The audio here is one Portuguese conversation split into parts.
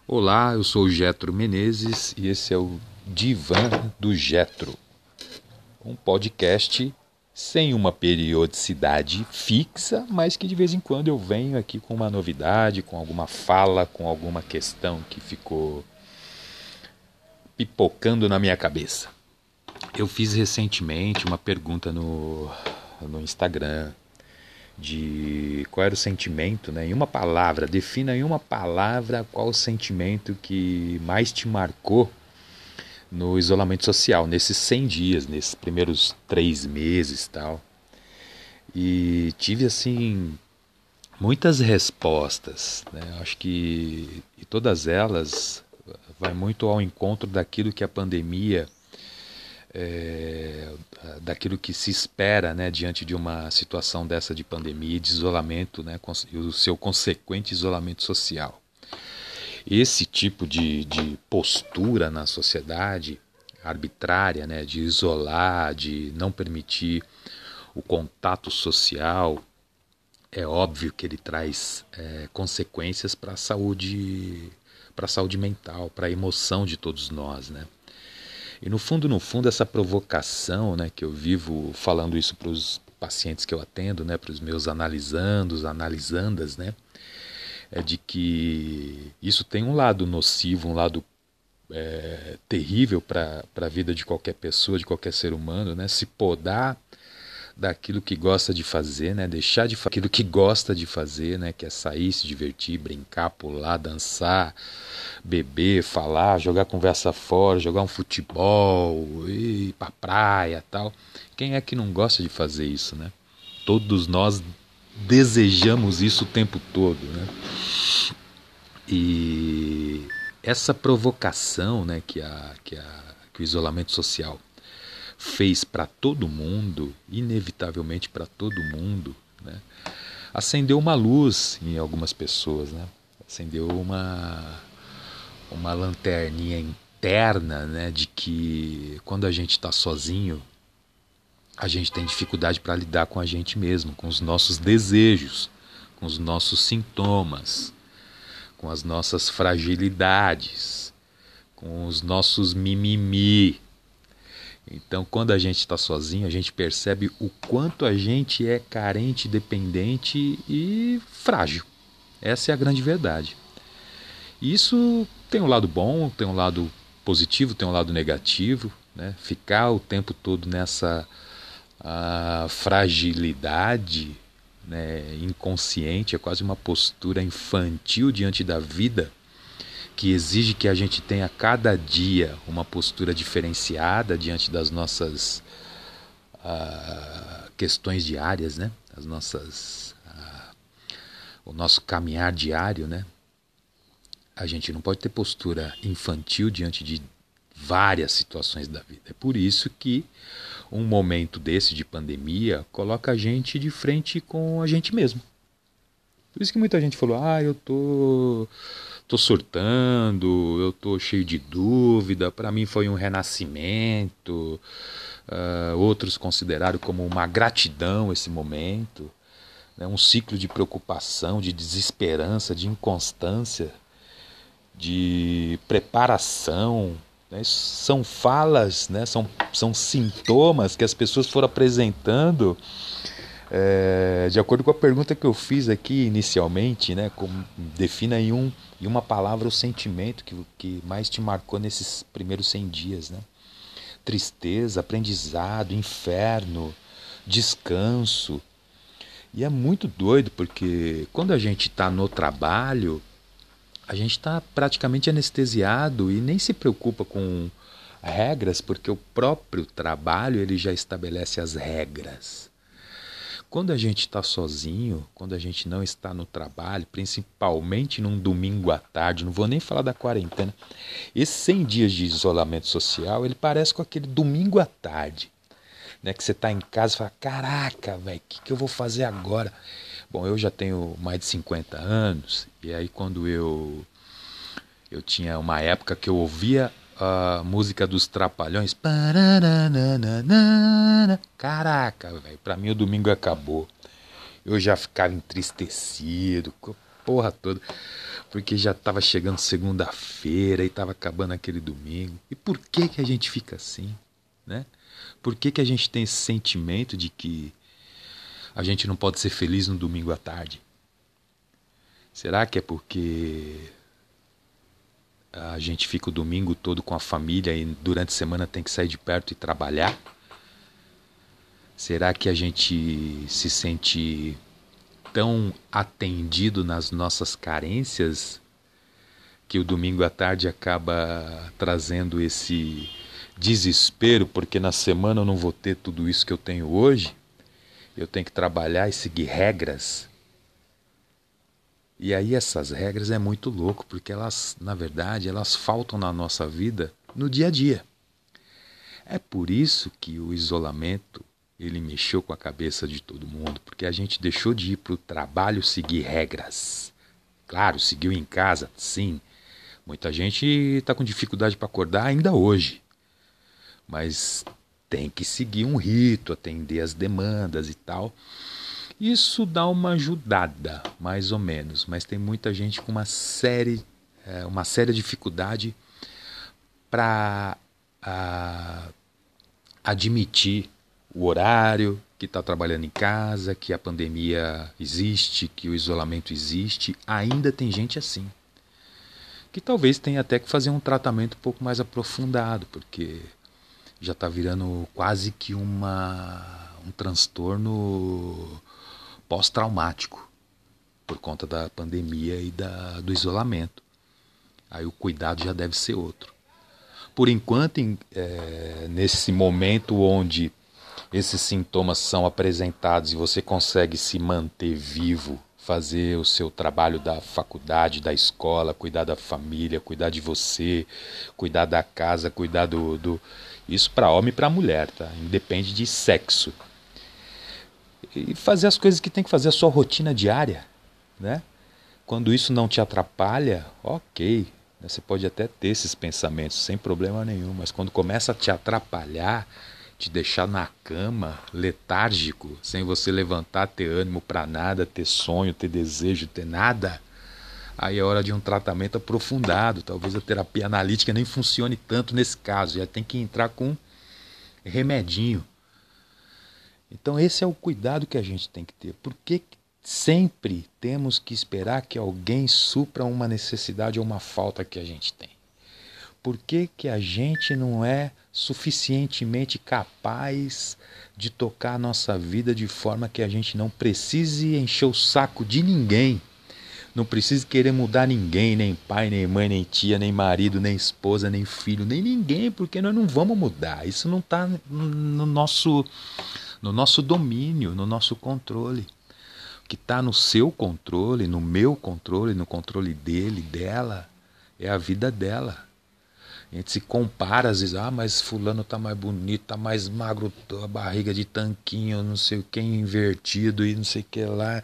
Olá, eu sou o Getro Menezes e esse é o Divã do Getro, um podcast sem uma periodicidade fixa, mas que de vez em quando eu venho aqui com uma novidade, com alguma fala, com alguma questão que ficou pipocando na minha cabeça. Eu fiz recentemente uma pergunta no Instagram de qual era o sentimento, né? Em uma palavra, defina em uma palavra qual o sentimento que mais te marcou no isolamento social, nesses 100 dias, nesses primeiros 3 meses e tal. E tive, assim, muitas respostas, né? Acho que e todas elas vai muito ao encontro daquilo que a pandemia, daquilo que se espera, né, diante de uma situação dessa de pandemia e de isolamento, né, e o seu consequente isolamento social. Esse tipo de postura na sociedade arbitrária, né, de isolar, de não permitir o contato social, é óbvio que ele traz consequências para a saúde mental, para a emoção de todos nós, né? E no fundo, essa provocação, né, que eu vivo falando isso para os pacientes que eu atendo, né, para os meus analisandos, analisandas, né, é de que isso tem um lado nocivo, um lado terrível para a vida de qualquer pessoa, de qualquer ser humano, né, se podar daquilo que gosta de fazer, né, deixar de fazer aquilo que gosta de fazer, né, que é sair, se divertir, brincar, pular, dançar, beber, falar, jogar conversa fora, jogar um futebol, ir pra praia, tal. Quem é que não gosta de fazer isso, né? Todos nós desejamos isso o tempo todo, né? E essa provocação, né, que o isolamento social fez para todo mundo, inevitavelmente para todo mundo, né, acendeu uma luz em algumas pessoas, né? Acendeu uma lanterninha interna, né, de que quando a gente está sozinho, a gente tem dificuldade para lidar com a gente mesmo, com os nossos desejos, com os nossos sintomas, com as nossas fragilidades, com os nossos mimimi. Então, quando a gente está sozinho, a gente percebe o quanto a gente é carente, dependente e frágil. Essa é a grande verdade. E isso tem um lado bom, tem um lado positivo, tem um lado negativo, né? Ficar o tempo todo nessa fragilidade, né, inconsciente, é quase uma postura infantil diante da vida, que exige que a gente tenha cada dia uma postura diferenciada diante das nossas questões diárias, né? As nossas, o nosso caminhar diário, né? A gente não pode ter postura infantil diante de várias situações da vida. É por isso que um momento desse de pandemia coloca a gente de frente com a gente mesmo. Por isso que muita gente falou, eu tô surtando, eu tô cheio de dúvida, para mim foi um renascimento. Outros consideraram como uma gratidão esse momento, né? Um ciclo de preocupação, de desesperança, de inconstância, de preparação, né? São falas, né? São sintomas que as pessoas foram apresentando de acordo com a pergunta que eu fiz aqui inicialmente, né? Defina em uma palavra o sentimento que mais te marcou nesses primeiros 100 dias, né? Tristeza, aprendizado, inferno, descanso. E é muito doido porque quando a gente está no trabalho, a gente está praticamente anestesiado e nem se preocupa com regras, porque o próprio trabalho ele já estabelece as regras. Quando a gente está sozinho, quando a gente não está no trabalho, principalmente num domingo à tarde, não vou nem falar da quarentena, esses 100 dias de isolamento social, ele parece com aquele domingo à tarde, né, que você está em casa e fala, caraca, velho, o que eu vou fazer agora? Bom, eu já tenho mais de 50 anos, e aí quando eu tinha uma época que eu ouvia a música dos Trapalhões. Caraca, velho, pra mim o domingo acabou. Eu já ficava entristecido, porra toda. porque já estava chegando segunda-feira e estava acabando aquele domingo. E por que que a gente fica assim, né? Por que que a gente tem esse sentimento de que a gente não pode ser feliz no domingo à tarde? Será que é porque a gente fica o domingo todo com a família e durante a semana tem que sair de perto e trabalhar? Será que a gente se sente tão atendido nas nossas carências que o domingo à tarde acaba trazendo esse desespero, porque na semana eu não vou ter tudo isso que eu tenho hoje? Eu tenho que trabalhar e seguir regras. E aí essas regras é muito louco, porque elas, na verdade, elas faltam na nossa vida no dia a dia. É por isso que o isolamento, ele mexeu com a cabeça de todo mundo, porque a gente deixou de ir para o trabalho seguir regras. Claro, seguiu em casa, sim. Muita gente está com dificuldade para acordar ainda hoje. Mas tem que seguir um rito, atender as demandas e tal. Isso dá uma ajudada, mais ou menos, mas tem muita gente com uma séria dificuldade para admitir o horário, que está trabalhando em casa, que a pandemia existe, que o isolamento existe. Ainda tem gente assim, que talvez tenha até que fazer um tratamento um pouco mais aprofundado, porque já está virando quase que um transtorno pós-traumático por conta da pandemia e do isolamento. Aí o cuidado já deve ser outro. Por enquanto, nesse momento onde esses sintomas são apresentados e você consegue se manter vivo, fazer o seu trabalho da faculdade, da escola, cuidar da família, cuidar de você, cuidar da casa, cuidar isso para homem e para mulher, tá? Independe de sexo. E fazer as coisas que tem que fazer, a sua rotina diária, né? Quando isso não te atrapalha, ok, você pode até ter esses pensamentos sem problema nenhum, mas quando começa a te atrapalhar, te deixar na cama, letárgico, sem você levantar, ter ânimo para nada, ter sonho, ter desejo, ter nada, aí é hora de um tratamento aprofundado. Talvez a terapia analítica nem funcione tanto nesse caso, já tem que entrar com remedinho. Então esse é o cuidado que a gente tem que ter. Por que sempre temos que esperar que alguém supra uma necessidade ou uma falta que a gente tem? Por que que a gente não é suficientemente capaz de tocar a nossa vida de forma que a gente não precise encher o saco de ninguém? Não precise querer mudar ninguém, nem pai, nem mãe, nem tia, nem marido, nem esposa, nem filho, nem ninguém, porque nós não vamos mudar. Isso não está no nosso domínio, no nosso controle. O que está no seu controle, no meu controle, no controle dele, dela, é a vida dela. A gente se compara às vezes, mas fulano tá mais bonito, tá mais magro, a barriga de tanquinho, não sei o que, invertido e não sei o que lá.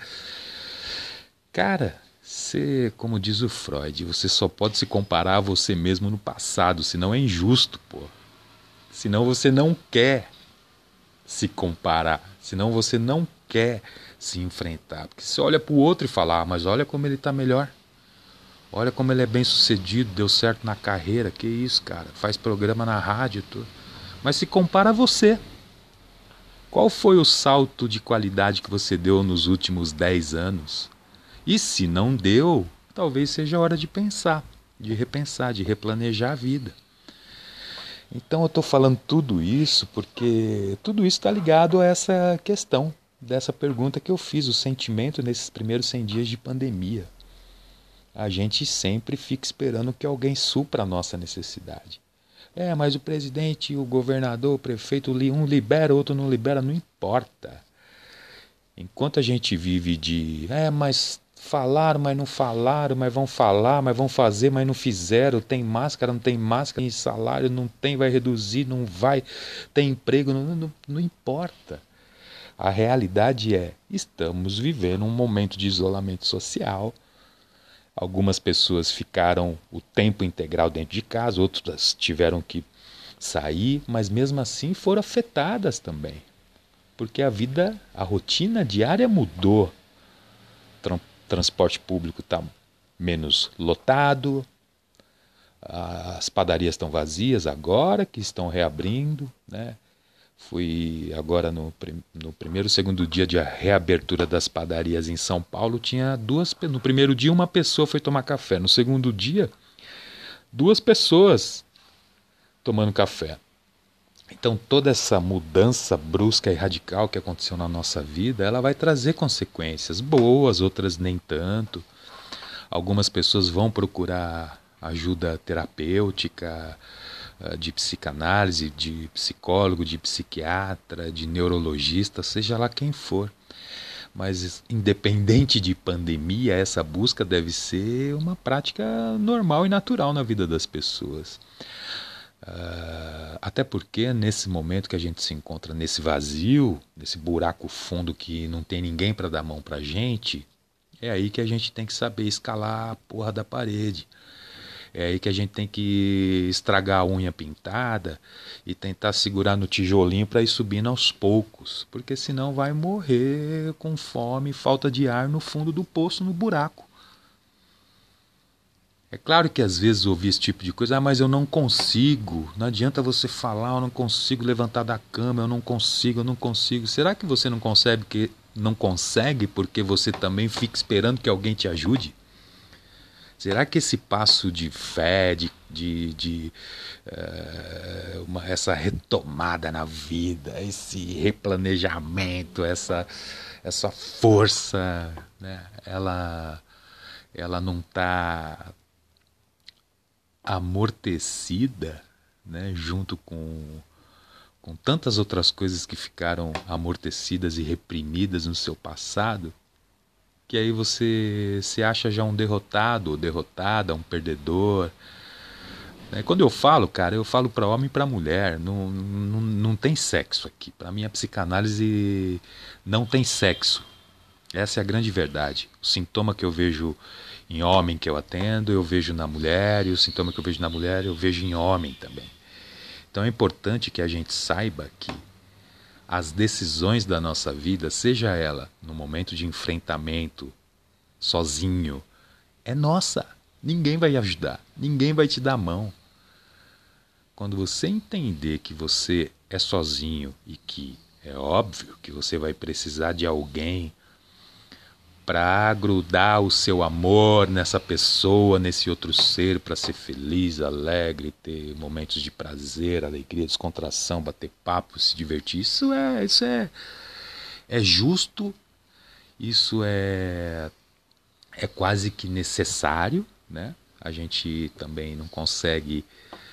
Cara, você, como diz o Freud, você só pode se comparar a você mesmo no passado, senão é injusto, pô. Senão você não quer se comparar, senão você não quer se enfrentar. Porque você olha pro outro e fala, mas olha como ele tá melhor. Olha como ele é bem sucedido, deu certo na carreira, que isso, cara, faz programa na rádio, tudo. Mas se compara a você. Qual foi o salto de qualidade que você deu nos últimos 10 anos? E se não deu, talvez seja hora de pensar, de repensar, de replanejar a vida. Então eu estou falando tudo isso porque tudo isso está ligado a essa questão, dessa pergunta que eu fiz, o sentimento nesses primeiros 100 dias de pandemia. A gente sempre fica esperando que alguém supra a nossa necessidade. Mas o presidente, o governador, o prefeito, um libera, outro não libera, não importa. Enquanto a gente vive de, mas falaram, mas não falaram, mas vão falar, mas vão fazer, mas não fizeram, tem máscara, não tem máscara, tem salário, não tem, vai reduzir, não vai, tem emprego, não importa. A realidade é, estamos vivendo um momento de isolamento social. Algumas pessoas ficaram o tempo integral dentro de casa, outras tiveram que sair, mas mesmo assim foram afetadas também. Porque a vida, a rotina diária mudou. Transporte público está menos lotado, as padarias estão vazias agora que estão reabrindo, né? Fui agora no primeiro, segundo dia de reabertura das padarias em São Paulo, tinha no primeiro dia uma pessoa foi tomar café, no segundo dia 2 pessoas tomando café. Então toda essa mudança brusca e radical que aconteceu na nossa vida, ela vai trazer consequências boas, outras nem tanto. Algumas pessoas vão procurar ajuda terapêutica, de psicanálise, de psicólogo, de psiquiatra, de neurologista, seja lá quem for. Mas independente de pandemia, essa busca deve ser uma prática normal e natural na vida das pessoas. Até porque nesse momento que a gente se encontra nesse vazio, nesse buraco fundo que não tem ninguém para dar mão pra gente, é aí que a gente tem que saber escalar a porra da parede. É aí que a gente tem que estragar a unha pintada e tentar segurar no tijolinho para ir subindo aos poucos, porque senão vai morrer com fome, falta de ar no fundo do poço, no buraco. É claro que às vezes ouvi esse tipo de coisa, mas eu não consigo, não adianta você falar, eu não consigo levantar da cama, eu não consigo. Será que você não consegue porque você também fica esperando que alguém te ajude? Será que esse passo de fé, essa retomada na vida, esse replanejamento, essa força, né, ela não está amortecida, né, junto com tantas outras coisas que ficaram amortecidas e reprimidas no seu passado? Que aí você se acha já um derrotado ou derrotada, um perdedor. Quando eu falo, cara, eu falo para homem e para mulher, não tem sexo aqui. Para mim a psicanálise não tem sexo. Essa é a grande verdade. O sintoma que eu vejo em homem que eu atendo, eu vejo na mulher, e o sintoma que eu vejo na mulher, eu vejo em homem também. Então é importante que a gente saiba que as decisões da nossa vida, seja ela no momento de enfrentamento, sozinho, é nossa. Ninguém vai ajudar, ninguém vai te dar a mão. Quando você entender que você é sozinho e que é óbvio que você vai precisar de alguém para grudar o seu amor nessa pessoa, nesse outro ser, para ser feliz, alegre, ter momentos de prazer, alegria, descontração, bater papo, se divertir. Isso é justo, isso é quase que necessário, né? A gente também não consegue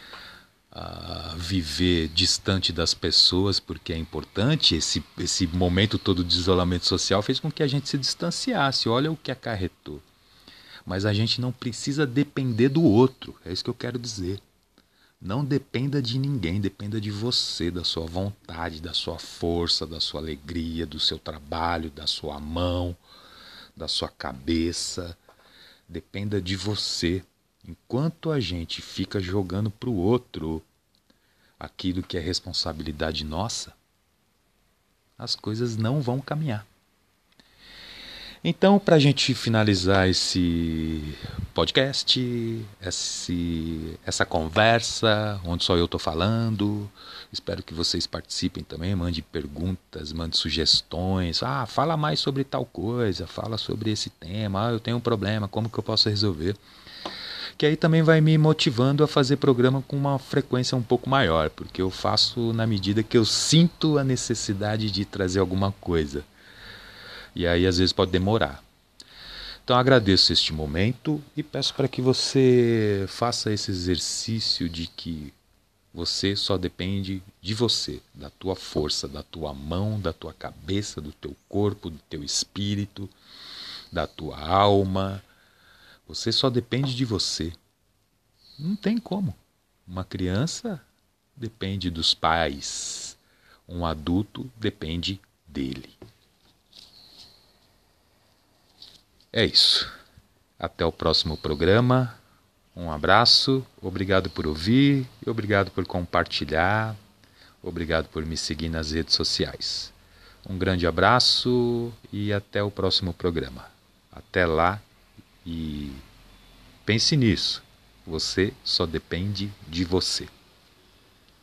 viver distante das pessoas porque é importante. Esse momento todo de isolamento social fez com que a gente se distanciasse. Olha o que acarretou. Mas a gente não precisa depender do outro, é isso que eu quero dizer. Não dependa de ninguém, dependa de você, da sua vontade, da sua força, da sua alegria, do seu trabalho, da sua mão, da sua cabeça. Dependa de você. Enquanto a gente fica jogando para o outro aquilo que é responsabilidade nossa, as coisas não vão caminhar. Então, para a gente finalizar esse podcast, essa conversa, onde só eu estou falando, espero que vocês participem também, mande perguntas, mande sugestões. Fala mais sobre tal coisa, fala sobre esse tema, eu tenho um problema, como que eu posso resolver? Que aí também vai me motivando a fazer programa com uma frequência um pouco maior, porque eu faço na medida que eu sinto a necessidade de trazer alguma coisa. E aí às vezes pode demorar. Então agradeço este momento e peço para que você faça esse exercício de que você só depende de você, da tua força, da tua mão, da tua cabeça, do teu corpo, do teu espírito, da tua alma. Você só depende de você. Não tem como. Uma criança depende dos pais. Um adulto depende dele. É isso. Até o próximo programa. Um abraço. Obrigado por ouvir e obrigado por compartilhar. Obrigado por me seguir nas redes sociais. Um grande abraço e até o próximo programa. Até lá e Pense nisso. Você só depende de você.